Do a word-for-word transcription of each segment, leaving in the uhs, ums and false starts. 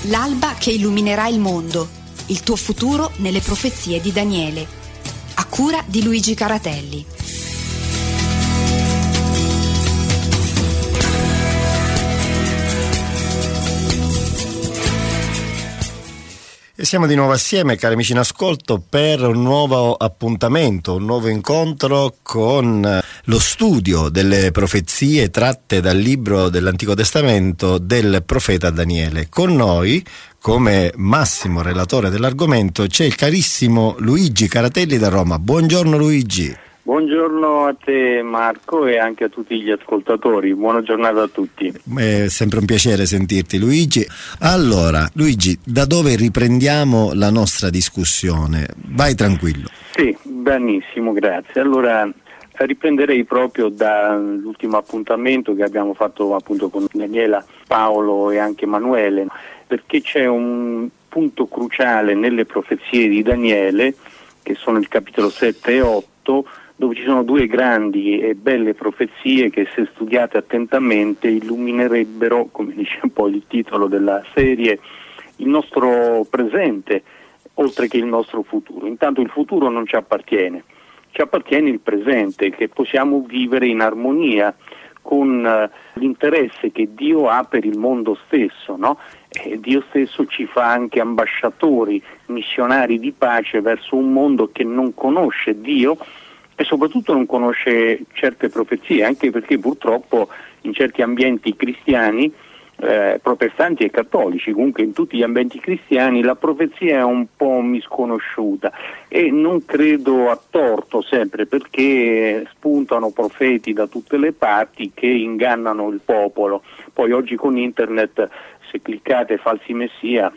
L'alba che illuminerà il mondo, il tuo futuro nelle profezie di Daniele, a cura di Luigi Caratelli. E siamo di nuovo assieme, cari amici in ascolto, per un nuovo appuntamento, un nuovo incontro con lo studio delle profezie tratte dal libro dell'Antico Testamento del profeta Daniele. Con noi, come massimo relatore dell'argomento, c'è il carissimo Luigi Caratelli da Roma. Buongiorno Luigi. Buongiorno a te Marco e anche a tutti gli ascoltatori, buona giornata a tutti. È sempre un piacere sentirti Luigi. Allora Luigi, da dove riprendiamo la nostra discussione? Vai tranquillo. Sì, benissimo, grazie. Allora riprenderei proprio dall'ultimo appuntamento che abbiamo fatto appunto con Daniela, Paolo e anche Emanuele, perché c'è un punto cruciale nelle profezie di Daniele, che sono il capitolo sette e otto, dove ci sono due grandi e belle profezie che, se studiate attentamente, illuminerebbero, come dice un po' il titolo della serie, il nostro presente oltre che il nostro futuro. Intanto il futuro non ci appartiene, ci appartiene il presente, che possiamo vivere in armonia con uh, l'interesse che Dio ha per il mondo stesso, no? E Dio stesso ci fa anche ambasciatori, missionari di pace verso un mondo che non conosce Dio e soprattutto non conosce certe profezie, anche perché purtroppo in certi ambienti cristiani, eh, protestanti e cattolici, comunque in tutti gli ambienti cristiani, la profezia è un po' misconosciuta e non credo a torto, sempre, perché spuntano profeti da tutte le parti che ingannano il popolo. Poi oggi con internet, se cliccate falsi messia,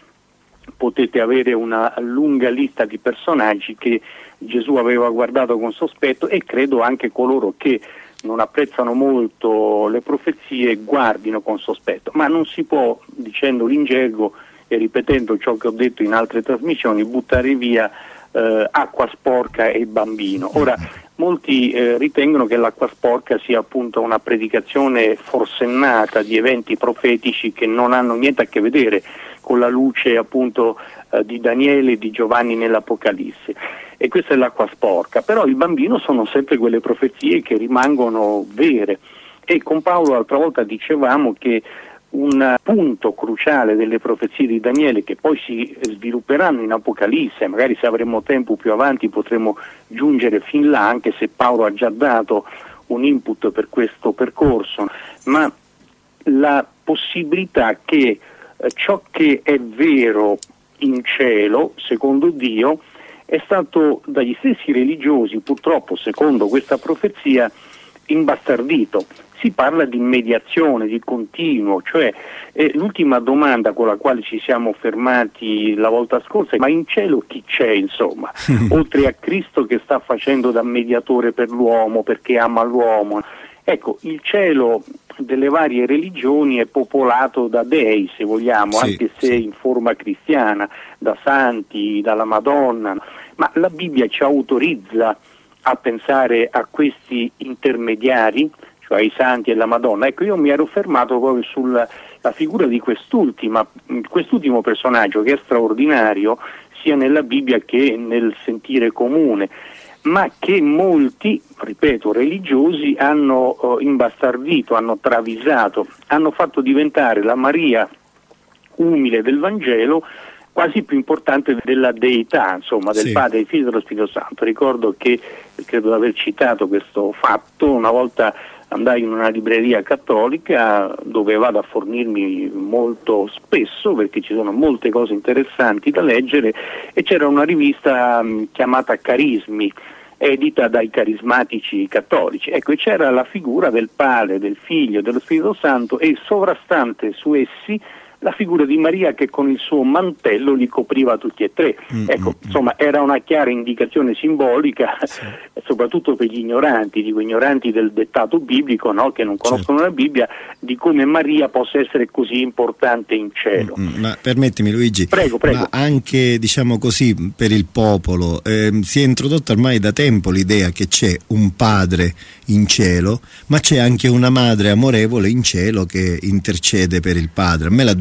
potete avere una lunga lista di personaggi che Gesù aveva guardato con sospetto, e credo anche coloro che non apprezzano molto le profezie guardino con sospetto, ma non si può, dicendolo in gergo e ripetendo ciò che ho detto in altre trasmissioni, buttare via eh, acqua sporca e bambino. Ora, molti eh, ritengono che l'acqua sporca sia appunto una predicazione forsennata di eventi profetici che non hanno niente a che vedere con la luce appunto eh, di Daniele e di Giovanni nell'Apocalisse, e questa è l'acqua sporca. Però il bambino sono sempre quelle profezie che rimangono vere, e con Paolo l'altra volta dicevamo che un punto cruciale delle profezie di Daniele, che poi si svilupperanno in Apocalisse, magari se avremo tempo più avanti potremo giungere fin là, anche se Paolo ha già dato un input per questo percorso, ma la possibilità che eh, ciò che è vero in cielo, secondo Dio, è stato dagli stessi religiosi, purtroppo, secondo questa profezia, imbastardito. Si parla di mediazione, di continuo, cioè eh, l'ultima domanda con la quale ci siamo fermati la volta scorsa è: ma in cielo chi c'è, insomma? Oltre a Cristo che sta facendo da mediatore per l'uomo, perché ama l'uomo. Ecco, il cielo delle varie religioni è popolato da dei, se vogliamo, sì, anche se sì, in forma cristiana, da santi, dalla Madonna, ma la Bibbia ci autorizza a pensare a questi intermediari, cioè i santi e la Madonna. Ecco, io mi ero fermato proprio sulla la figura di quest'ultima, quest'ultimo personaggio, che è straordinario sia nella Bibbia che nel sentire comune, ma che molti, ripeto, religiosi hanno uh, imbastardito, hanno travisato, hanno fatto diventare la Maria umile del Vangelo quasi più importante della deità, insomma, del sì, Padre, del Figlio e dello Spirito Santo. Ricordo che, credo di aver citato questo fatto, una volta andai in una libreria cattolica dove vado a fornirmi molto spesso perché ci sono molte cose interessanti da leggere, e c'era una rivista mh, chiamata Carismi, edita dai carismatici cattolici. Ecco, e c'era la figura del Padre, del Figlio e dello Spirito Santo, e sovrastante su essi la figura di Maria che con il suo mantello li copriva tutti e tre. Mm, ecco, mm, insomma, era una chiara indicazione simbolica, sì, soprattutto per gli ignoranti, dico ignoranti del dettato biblico, no? Che non conoscono, certo, la Bibbia, di come Maria possa essere così importante in cielo. Mm, mm, ma permettimi Luigi, prego, prego. Ma anche, diciamo così, per il popolo eh, si è introdotta ormai da tempo l'idea che c'è un padre in cielo, ma c'è anche una madre amorevole in cielo che intercede per il padre. A me l'ha detto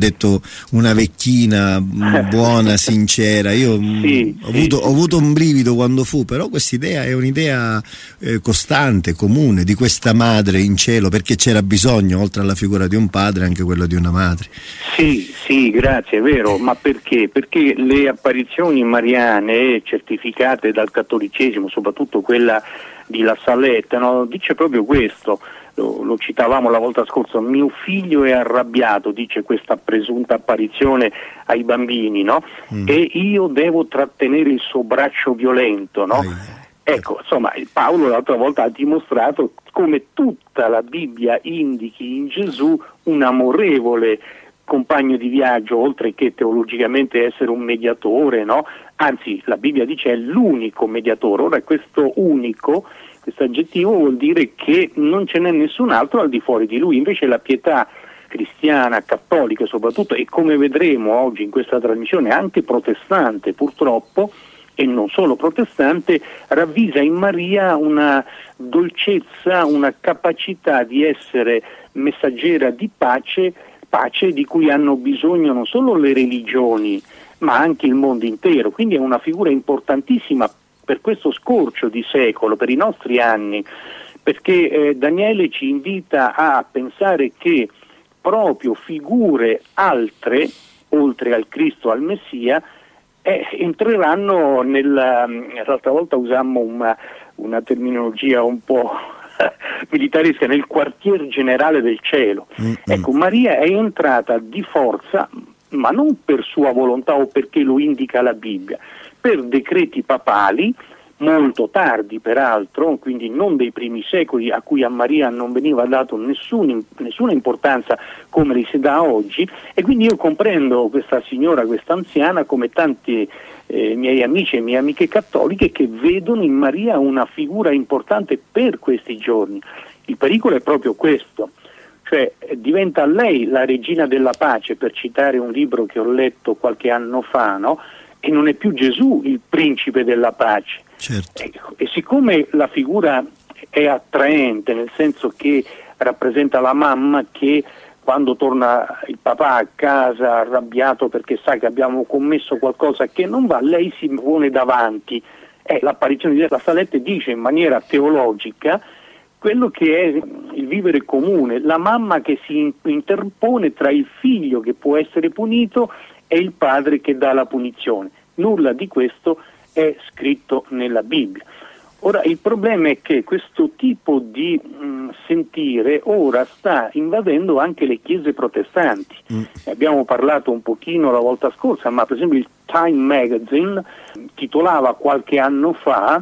detto una vecchina buona, sincera. Io sì, ho, sì, avuto, sì. ho avuto un brivido quando fu, però quest'idea è un'idea eh, costante, comune, di questa madre in cielo, perché c'era bisogno, oltre alla figura di un padre, anche quello di una madre. Sì, sì, grazie, è vero, ma perché? Perché le apparizioni mariane certificate dal cattolicesimo, soprattutto quella di La Salette, no, dice proprio questo, lo, lo citavamo la volta scorsa, mio figlio è arrabbiato, dice questa presunta apparizione ai bambini, no? Mm. E io devo trattenere il suo braccio violento, no? Ai. Ecco, insomma, Paolo l'altra volta ha dimostrato come tutta la Bibbia indichi in Gesù un amorevole compagno di viaggio, oltre che teologicamente essere un mediatore, no? Anzi, la Bibbia dice è l'unico mediatore. Ora questo unico, questo aggettivo vuol dire che non ce n'è nessun altro al di fuori di lui. Invece la pietà cristiana, cattolica soprattutto, e come vedremo oggi in questa trasmissione anche protestante purtroppo, e non solo protestante, ravvisa in Maria una dolcezza, una capacità di essere messaggera di pace, pace di cui hanno bisogno non solo le religioni ma anche il mondo intero. Quindi è una figura importantissima per questo scorcio di secolo, per i nostri anni, perché eh, Daniele ci invita a pensare che proprio figure altre, oltre al Cristo, al Messia, eh, entreranno nel, l'altra volta usammo una, una terminologia un po' militaresca, nel quartier generale del cielo. Mm-hmm. Ecco, Maria è entrata di forza, ma non per sua volontà o perché lo indica la Bibbia, per decreti papali, molto tardi peraltro, quindi non dei primi secoli, a cui a Maria non veniva dato nessun, nessuna importanza come li si dà oggi, e quindi io comprendo questa signora, questa anziana, come tanti eh, miei amici e mie amiche cattoliche, che vedono in Maria una figura importante per questi giorni. Il pericolo è proprio questo, cioè diventa lei la regina della pace, per citare un libro che ho letto qualche anno fa, no? E non è più Gesù il principe della pace. Certo. E, e siccome la figura è attraente, nel senso che rappresenta la mamma che quando torna il papà a casa arrabbiato perché sa che abbiamo commesso qualcosa che non va, lei si pone davanti. Eh, l'apparizione di La Salette dice in maniera teologica quello che è il vivere comune, la mamma che si interpone tra il figlio che può essere punito e il padre che dà la punizione. Nulla di questo è scritto nella Bibbia. Ora, il problema è che questo tipo di mh, sentire ora sta invadendo anche le chiese protestanti. Mm. Abbiamo parlato un pochino la volta scorsa, ma per esempio il Time Magazine titolava qualche anno fa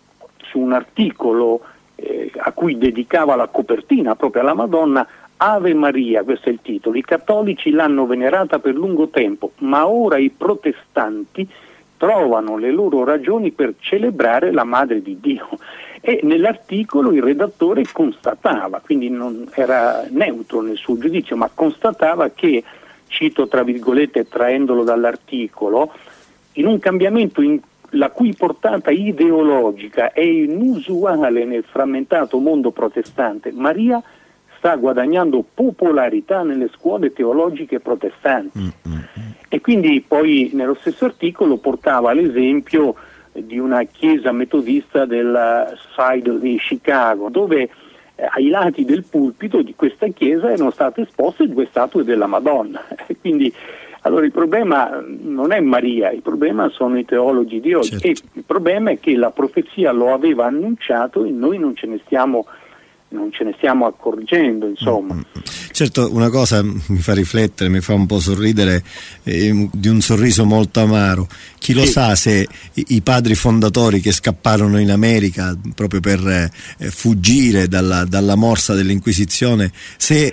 su un articolo eh, a cui dedicava la copertina proprio alla Madonna, Ave Maria, questo è il titolo. I cattolici l'hanno venerata per lungo tempo, ma ora i protestanti trovano le loro ragioni per celebrare la Madre di Dio. E nell'articolo il redattore constatava, quindi non era neutro nel suo giudizio, ma constatava che, cito tra virgolette traendolo dall'articolo, in un cambiamento in la cui portata ideologica è inusuale nel frammentato mondo protestante, Maria sta guadagnando popolarità nelle scuole teologiche protestanti. Mm-hmm. E quindi poi nello stesso articolo portava l'esempio di una chiesa metodista della Side di Chicago, dove eh, ai lati del pulpito di questa chiesa erano state esposte due statue della Madonna. Quindi allora il problema non è Maria, il problema sono i teologi di oggi. Certo. E il problema è che la profezia lo aveva annunciato e noi non ce ne stiamo non ce ne stiamo accorgendo, insomma. Certo, una cosa mi fa riflettere, mi fa un po' sorridere, eh, di un sorriso molto amaro. Chi lo sì. sa se i, i padri fondatori che scapparono in America proprio per eh, fuggire dalla, dalla morsa dell'Inquisizione, se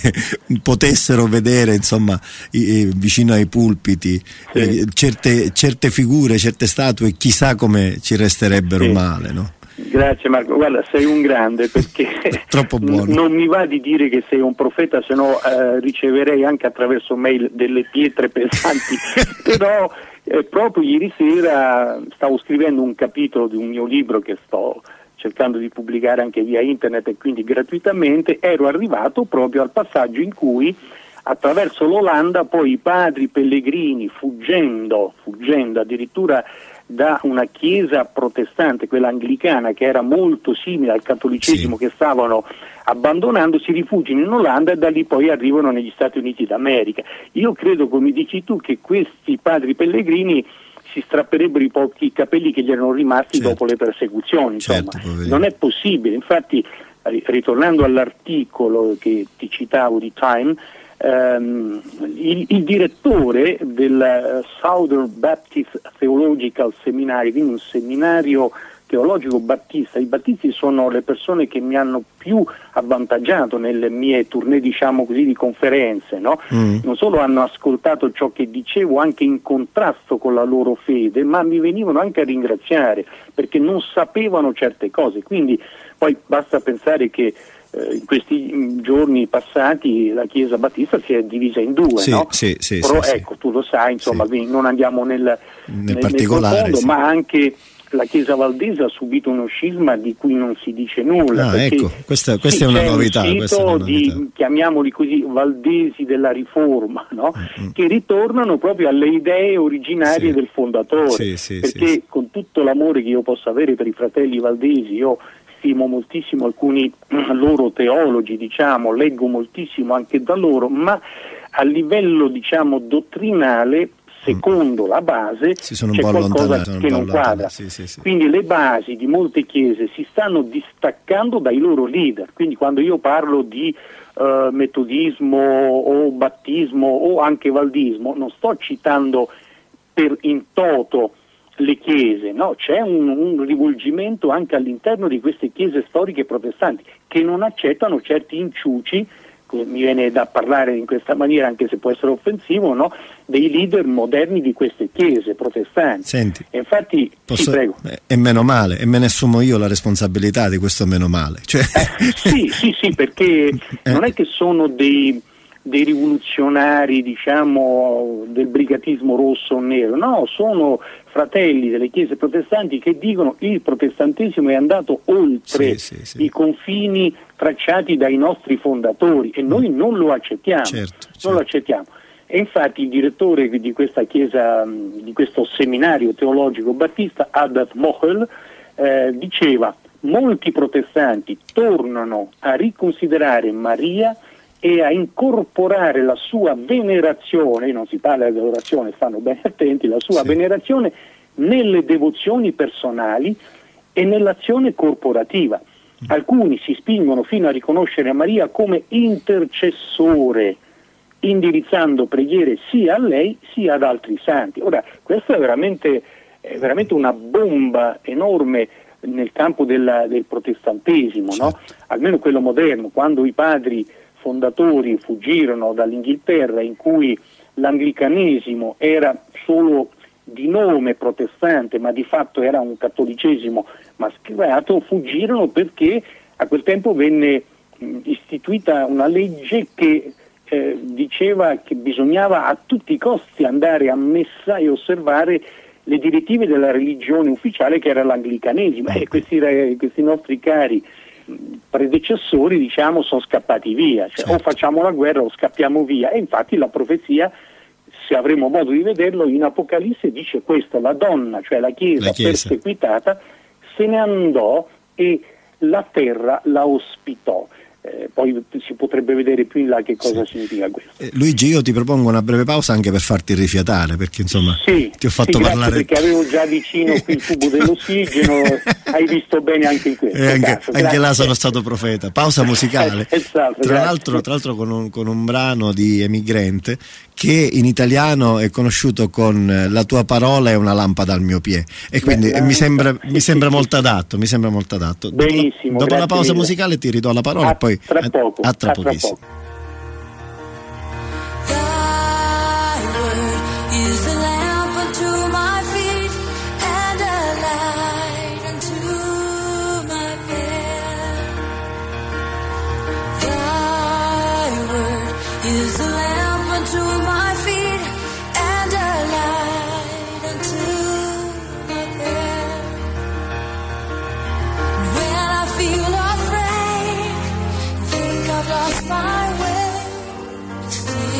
eh, potessero vedere, insomma, i, i, vicino ai pulpiti sì. eh, certe, certe figure, certe statue, chissà come ci resterebbero sì. male, no? Grazie Marco, guarda, sei un grande, perché troppo buono. Non mi va di dire che sei un profeta, se no eh, riceverei anche attraverso mail delle pietre pesanti, però eh, proprio ieri sera stavo scrivendo un capitolo di un mio libro che sto cercando di pubblicare anche via internet e quindi gratuitamente, ero arrivato proprio al passaggio in cui attraverso l'Olanda poi i padri pellegrini, fuggendo, fuggendo addirittura da una chiesa protestante, quella anglicana, che era molto simile al cattolicesimo, sì, che stavano abbandonando, si rifugiano in Olanda e da lì poi arrivano negli Stati Uniti d'America. Io credo, come dici tu, che questi padri pellegrini si strapperebbero i pochi capelli che gli erano rimasti, certo, dopo le persecuzioni, insomma. Certo, non è possibile. Infatti, ritornando all'articolo che ti citavo di Time, ehm, il, il direttore del Southern Baptist Theological Seminary, quindi un seminario teologico battista. I battisti sono le persone che mi hanno più avvantaggiato nelle mie tournée, diciamo così, di conferenze, no? Mm. Non solo hanno ascoltato ciò che dicevo anche in contrasto con la loro fede, ma mi venivano anche a ringraziare perché non sapevano certe cose. Quindi poi basta pensare che eh, in questi giorni passati la Chiesa Battista si è divisa in due, sì, no? Sì, sì, Però sì, ecco, tu lo sai, insomma, sì, non andiamo nel, nel, nel particolare, nel profondo, sì, ma anche la Chiesa valdese ha subito uno scisma di cui non si dice nulla. Ah, ecco, questa, questa, sì, è una novità, un questa è una novità. Di, chiamiamoli così, valdesi della Riforma, no? Mm-hmm. Che ritornano proprio alle idee originarie, sì, del fondatore, sì, sì, perché sì, con tutto l'amore che io possa avere per i fratelli valdesi, io stimo moltissimo alcuni loro teologi, diciamo, leggo moltissimo anche da loro, ma a livello, diciamo, dottrinale, secondo la base, c'è qualcosa che non quadra. Sì, sì, sì. Quindi le basi di molte chiese si stanno distaccando dai loro leader. Quindi quando io parlo di uh, metodismo o battismo o anche valdismo, non sto citando per in toto le chiese, no? C'è un, un rivolgimento anche all'interno di queste chiese storiche protestanti che non accettano certi inciuci, mi viene da parlare in questa maniera anche se può essere offensivo, no? Dei leader moderni di queste chiese protestanti. Senti, e infatti posso, sì, prego. E meno male, e me ne assumo io la responsabilità di questo meno male, cioè... eh, sì, sì, sì, perché eh. non è che sono dei, dei rivoluzionari, diciamo, del brigatismo rosso o nero, no, sono fratelli delle chiese protestanti che dicono il protestantesimo è andato oltre, sì, sì, sì, i confini tracciati dai nostri fondatori e noi non lo accettiamo, certo, non certo. lo accettiamo. E infatti il direttore di questa chiesa, di questo seminario teologico battista, Adat Mochel, eh, diceva: molti protestanti tornano a riconsiderare Maria e a incorporare la sua venerazione, non si parla di adorazione, stanno ben attenti, la sua, sì, venerazione nelle devozioni personali e nell'azione corporativa. Alcuni si spingono fino a riconoscere Maria come intercessore, indirizzando preghiere sia a lei sia ad altri santi. Ora, questa è veramente, è veramente una bomba enorme nel campo della, del protestantesimo, no? Almeno quello moderno, quando i padri fondatori fuggirono dall'Inghilterra, in cui l'anglicanesimo era solo di nome protestante, ma di fatto era un cattolicesimo mascherato, fuggirono perché a quel tempo venne mh, istituita una legge che eh, diceva che bisognava a tutti i costi andare a messa e osservare le direttive della religione ufficiale, che era l'anglicanesimo, e questi, questi nostri cari predecessori, diciamo, sono scappati via, cioè, certo, o facciamo la guerra o scappiamo via. E infatti la profezia, se avremo modo di vederlo, in Apocalisse dice questo: la donna, cioè la chiesa, la chiesa perseguitata, se ne andò e la terra la ospitò. Eh, poi si potrebbe vedere più in là che cosa, sì, significa questo. Eh, Luigi, io ti propongo una breve pausa anche per farti rifiatare, perché insomma, sì, ti ho fatto sì, parlare, perché avevo già vicino qui il tubo dell'ossigeno. Hai visto bene anche in questo eh, anche, caso. Anche là sono stato profeta. Pausa musicale, esatto, tra l'altro, tra l'altro con un, con un brano di Emigrante che in italiano è conosciuto con La tua parola è una lampada al mio piede, e quindi Beh, mi sembra, sì, mi sembra sì, molto adatto, mi sembra molto adatto. Benissimo. Dopo la pausa mille. musicale ti ridò la parola, a, e poi tra poco, a, a tra a pochissimo. Tra poco. Is a lamp unto my feet and a light unto my path. When I feel afraid, think I've lost my way, stay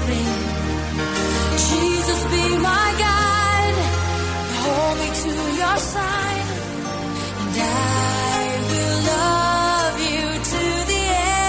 me. Jesus, be my guide, hold me to your side, and I will love you to the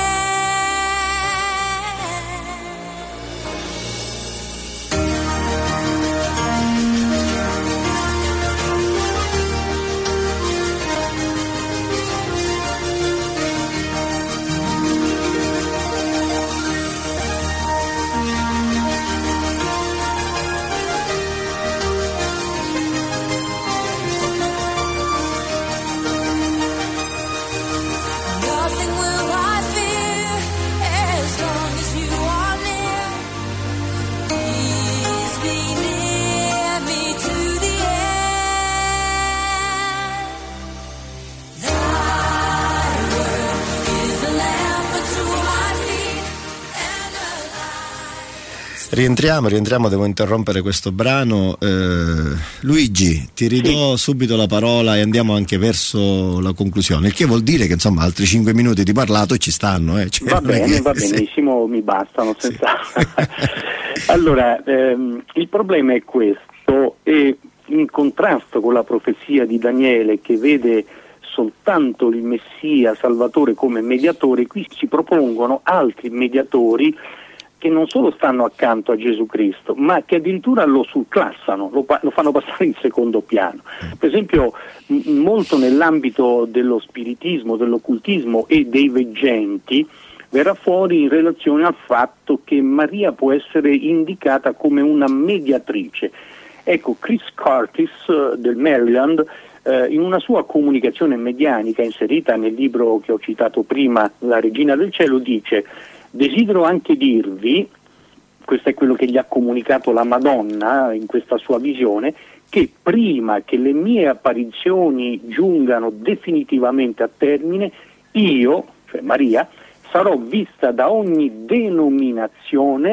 Rientriamo, rientriamo, devo interrompere questo brano. Eh, Luigi, ti ridò sì. subito la parola e andiamo anche verso la conclusione, il che vuol dire che insomma altri cinque minuti di parlato ci stanno. Eh. Cioè, va bene, che... va benissimo, sì. mi bastano senza... Sì. Allora, ehm, il problema è questo, è in contrasto con la profezia di Daniele che vede soltanto il Messia Salvatore come mediatore. Qui si propongono altri mediatori che non solo stanno accanto a Gesù Cristo, ma che addirittura lo surclassano, lo, lo fanno passare in secondo piano. Per esempio, m- molto nell'ambito dello spiritismo, dell'occultismo e dei veggenti, verrà fuori in relazione al fatto che Maria può essere indicata come una mediatrice. Ecco, Chris Curtis eh, del Maryland, eh, in una sua comunicazione medianica inserita nel libro che ho citato prima, La Regina del Cielo, dice: desidero anche dirvi, questo è quello che gli ha comunicato la Madonna in questa sua visione, che prima che le mie apparizioni giungano definitivamente a termine, io, cioè Maria, sarò vista da ogni denominazione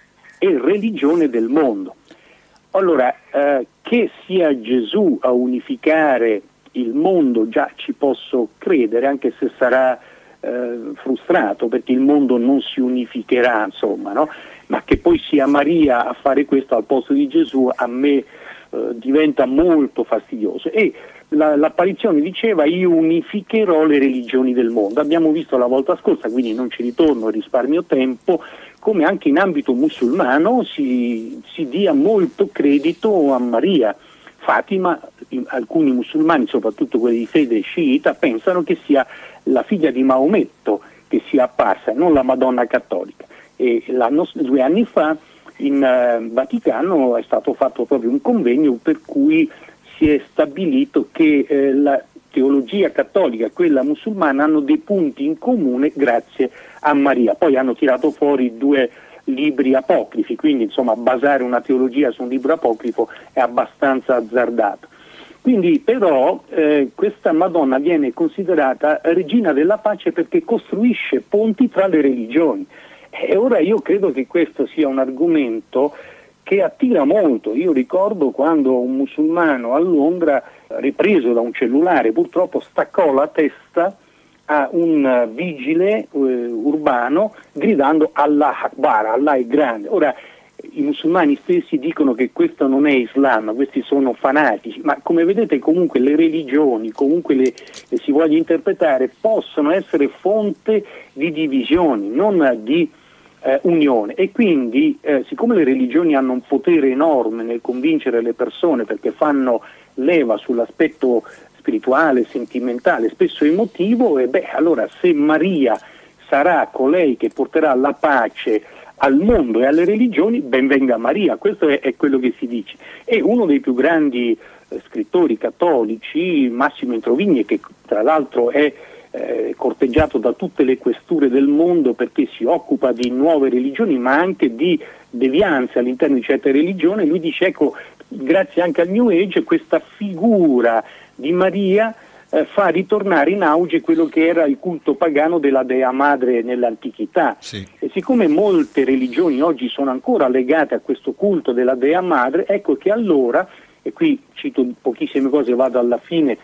e religione del mondo. Allora, eh, che sia Gesù a unificare il mondo già ci posso credere, anche se sarà Eh, frustrato perché il mondo non si unificherà, insomma, no? Ma che poi sia Maria a fare questo al posto di Gesù a me eh, diventa molto fastidioso. E la, l'apparizione diceva: io unificherò le religioni del mondo. Abbiamo visto la volta scorsa, quindi non ci ritorno, risparmio tempo, come anche in ambito musulmano si, si dia molto credito a Maria. Fatima, alcuni musulmani, soprattutto quelli di fede sciita, pensano che sia la figlia di Maometto che sia apparsa, non la Madonna cattolica. E l'anno, due anni fa in uh, Vaticano è stato fatto proprio un convegno per cui si è stabilito che eh, la teologia cattolica e quella musulmana hanno dei punti in comune grazie a Maria. Poi hanno tirato fuori due libri apocrifi, quindi insomma basare una teologia su un libro apocrifo è abbastanza azzardato. Quindi però eh, questa Madonna viene considerata regina della pace perché costruisce ponti tra le religioni, e ora io credo che questo sia un argomento che attira molto. Io ricordo quando un musulmano a Londra, ripreso da un cellulare, purtroppo staccò la testa a un vigile eh, urbano gridando Allah Akbar, Allah è grande. Ora i musulmani stessi dicono che questo non è Islam, questi sono fanatici, ma come vedete comunque le religioni, comunque le, le si voglia interpretare, possono essere fonte di divisioni, non di eh, unione. E quindi eh, siccome le religioni hanno un potere enorme nel convincere le persone perché fanno leva sull'aspetto spirituale, sentimentale, spesso emotivo, e beh, allora se Maria sarà colei che porterà la pace al mondo e alle religioni, ben venga Maria, questo è, è quello che si dice. E uno dei più grandi eh, scrittori cattolici, Massimo Introvigne, che tra l'altro è eh, corteggiato da tutte le questure del mondo perché si occupa di nuove religioni ma anche di devianze all'interno di certe religioni, lui dice: ecco, grazie anche al New Age questa figura di Maria eh, fa ritornare in auge quello che era il culto pagano della Dea Madre nell'antichità. Sì. E siccome molte religioni oggi sono ancora legate a questo culto della Dea Madre, ecco che allora, e qui cito pochissime cose, vado alla fine,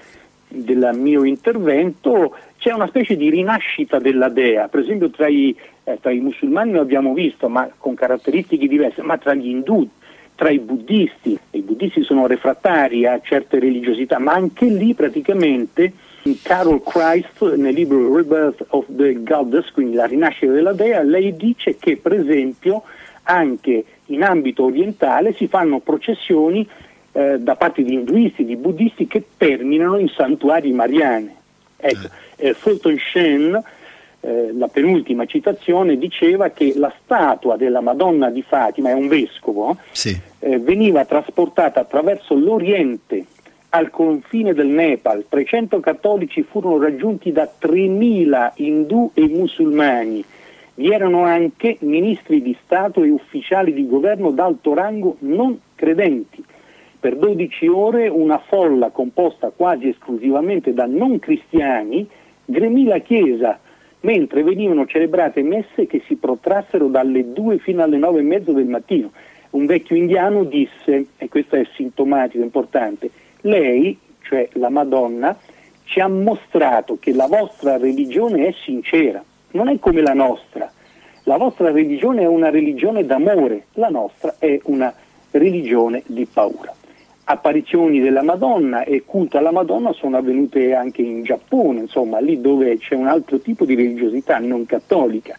del mio intervento, c'è una specie di rinascita della dea. Per esempio tra i, eh, tra i musulmani lo abbiamo visto, ma con caratteristiche diverse, ma tra gli indù, tra i buddisti, i buddisti sono refrattari a certe religiosità, ma anche lì praticamente Carol Christ nel libro Rebirth of the Goddess, quindi la rinascita della dea, lei dice che per esempio anche in ambito orientale si fanno processioni eh, da parte di induisti, di buddisti che terminano in santuari mariani. Ecco, eh, Fulton Sheen, eh, la penultima citazione, diceva che la statua della Madonna di Fatima, è un vescovo, sì. eh, veniva trasportata attraverso l'Oriente al confine del Nepal. trecento cattolici furono raggiunti da tremila indù e musulmani. Vi erano anche ministri di Stato e ufficiali di governo d'alto rango non credenti. Per dodici ore una folla composta quasi esclusivamente da non cristiani gremì la chiesa, mentre venivano celebrate messe che si protrassero dalle due fino alle nove e mezzo del mattino. Un vecchio indiano disse, e questo è sintomatico, importante: lei, cioè la Madonna, ci ha mostrato che la vostra religione è sincera, non è come la nostra. La vostra religione è una religione d'amore, la nostra è una religione di paura. Apparizioni della Madonna e culto alla Madonna sono avvenute anche in Giappone, insomma, lì dove c'è un altro tipo di religiosità non cattolica.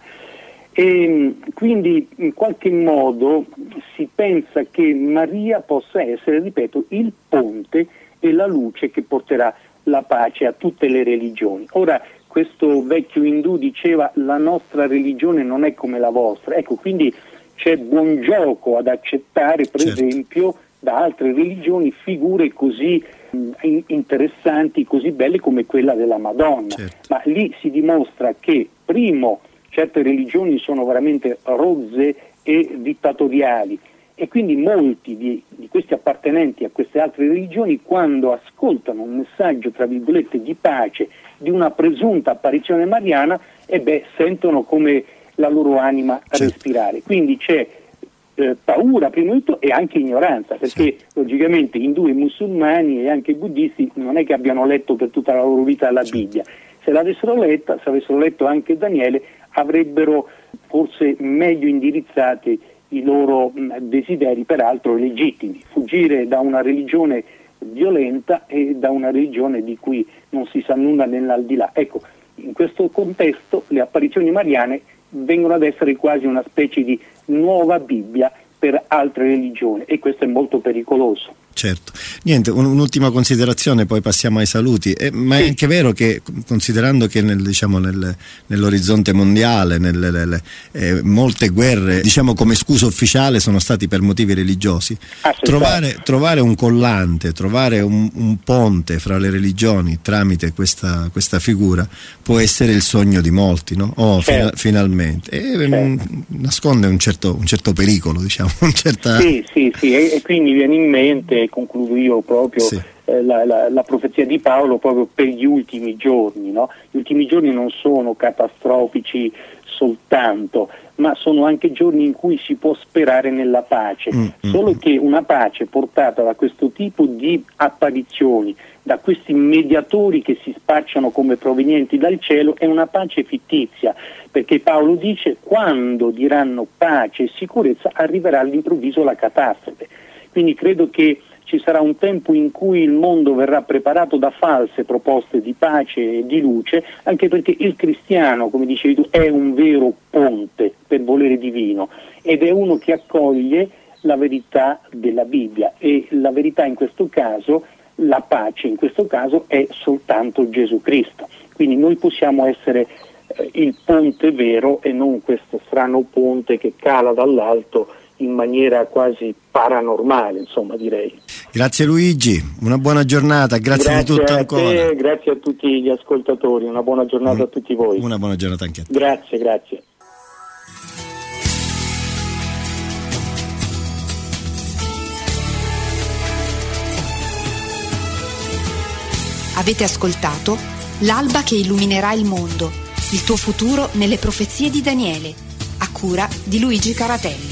E quindi in qualche modo si pensa che Maria possa essere, ripeto, il ponte e la luce che porterà la pace a tutte le religioni. Ora, questo vecchio indù diceva: la nostra religione non è come la vostra. Ecco, quindi c'è buon gioco ad accettare, per certo. esempio, da altre religioni figure così mh, interessanti, così belle come quella della Madonna. Certo. Ma lì si dimostra che, primo, certe religioni sono veramente rozze e dittatoriali, e quindi molti di, di questi appartenenti a queste altre religioni, quando ascoltano un messaggio tra virgolette di pace di una presunta apparizione mariana, e beh, sentono come la loro anima certo. respirare. Quindi c'è eh, paura prima di tutto e anche ignoranza, perché sì. logicamente indù e musulmani e anche buddisti non è che abbiano letto per tutta la loro vita la certo. Bibbia. Se l'avessero letta, se avessero letto anche Daniele, avrebbero forse meglio indirizzati i loro mh, desideri, peraltro legittimi: fuggire da una religione violenta e da una religione di cui non si sa nulla nell'aldilà. Ecco, in questo contesto le apparizioni mariane vengono ad essere quasi una specie di nuova Bibbia per altre religioni, e questo è molto pericoloso. Certo. Niente, un, un'ultima considerazione, poi passiamo ai saluti. Eh, ma sì. È anche vero che, considerando che nel, diciamo, nel, nell'orizzonte mondiale nelle, nelle, eh, molte guerre, diciamo, come scusa ufficiale sono stati per motivi religiosi, trovare, trovare un collante, trovare un, un ponte fra le religioni tramite questa, questa figura può essere il sogno di molti, no? Oh, certo. fina, finalmente. E, certo. nasconde un certo, un certo pericolo, diciamo. Un certa... Sì, sì, sì, e, e quindi viene in mente, concludo io proprio, sì. eh, la, la, la profezia di Paolo proprio per gli ultimi giorni, no? Gli ultimi giorni non sono catastrofici soltanto, ma sono anche giorni in cui si può sperare nella pace, mm, solo mm. che una pace portata da questo tipo di apparizioni, da questi mediatori che si spacciano come provenienti dal cielo, è una pace fittizia, perché Paolo dice: quando diranno pace e sicurezza arriverà all'improvviso la catastrofe. Quindi credo che ci sarà un tempo in cui il mondo verrà preparato da false proposte di pace e di luce, anche perché il cristiano, come dicevi tu, è un vero ponte per volere divino, ed è uno che accoglie la verità della Bibbia, e la verità in questo caso, la pace in questo caso, è soltanto Gesù Cristo. Quindi noi possiamo essere eh, il ponte vero e non questo strano ponte che cala dall'alto in maniera quasi paranormale, insomma, direi. Grazie Luigi, una buona giornata, grazie, grazie di tutto a ancora. Te, grazie a tutti gli ascoltatori, una buona giornata mm, a tutti voi. Una buona giornata anche a te. Grazie, grazie. Avete ascoltato L'alba che illuminerà il mondo, il tuo futuro nelle profezie di Daniele, a cura di Luigi Caratelli.